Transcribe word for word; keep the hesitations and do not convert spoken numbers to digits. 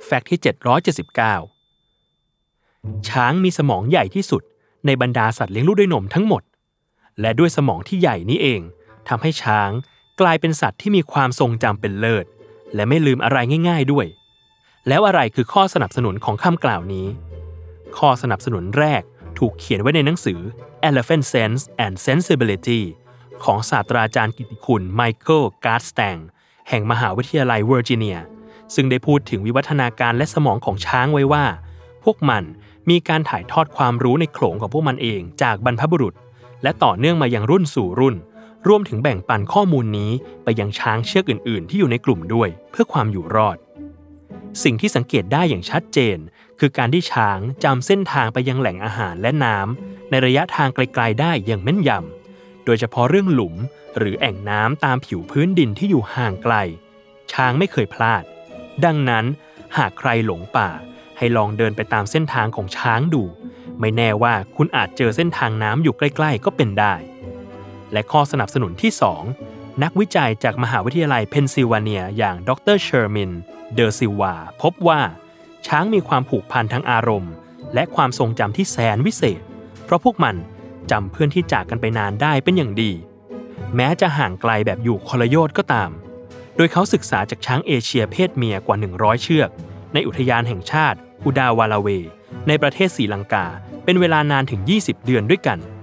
แฟกต์ที่เจ็ดร้อยเจ็ดสิบเก้าช้างมีสมองใหญ่ที่สุดในบรรดาสัตว์เลี้ยงลูกด้วยนมทั้งหมดและด้วยสมองที่ใหญ่นี้เองทำให้ช้างกลายเป็นสัตว์ที่มีความทรงจำเป็นเลิศและไม่ลืมอะไรง่ายๆด้วยแล้วอะไรคือข้อสนับสนุนของคำกล่าวนี้ข้อสนับสนุนแรกถูกเขียนไว้ในหนังสือ Elephant Sense and Sensibility ของศาสตราจารย์กิตติคุณไมเคิลการ์ดสแตงแห่งมหาวิทยาลัยเวอร์จิเนียซึ่งได้พูดถึงวิวัฒนาการและสมองของช้างไว้ว่าพวกมันมีการถ่ายทอดความรู้ในโขลงของพวกมันเองจากบรรพบุรุษและต่อเนื่องมายังรุ่นสู่รุ่นรวมถึงแบ่งปันข้อมูลนี้ไปยังช้างเชือกอื่นๆที่อยู่ในกลุ่มด้วยเพื่อความอยู่รอดสิ่งที่สังเกตได้อย่างชัดเจนคือการที่ช้างจำเส้นทางไปยังแหล่งอาหารและน้ำในระยะทางไกลๆได้อย่างแม่นยำโดยเฉพาะเรื่องหลุมหรือแอ่งน้ำตามผิวพื้นดินที่อยู่ห่างไกลช้างไม่เคยพลาดดังนั้นหากใครหลงป่าให้ลองเดินไปตามเส้นทางของช้างดูไม่แน่ว่าคุณอาจเจอเส้นทางน้ำอยู่ใกล้ๆก็เป็นได้และข้อสนับสนุนที่สองนักวิจัยจากมหาวิทยาลัยเพนซิลเวเนียอย่างดรเชอร์มินเดอซิลวาพบว่าช้างมีความผูกพันทางอารมณ์และความทรงจำที่แสนวิเศษเพราะพวกมันจำเพื่อนที่จากกันไปนานได้เป็นอย่างดีแม้จะห่างไกลแบบอยู่คนละโยชน์ก็ตามโดยเขาศึกษาจากช้างเอเชียเพศเมียกว่าหนึ่งร้อยเชือกในอุทยานแห่งชาติอุดาวาลาเวในประเทศศรีลังกาเป็นเวลานานถึงยี่สิบเดือนด้วยกัน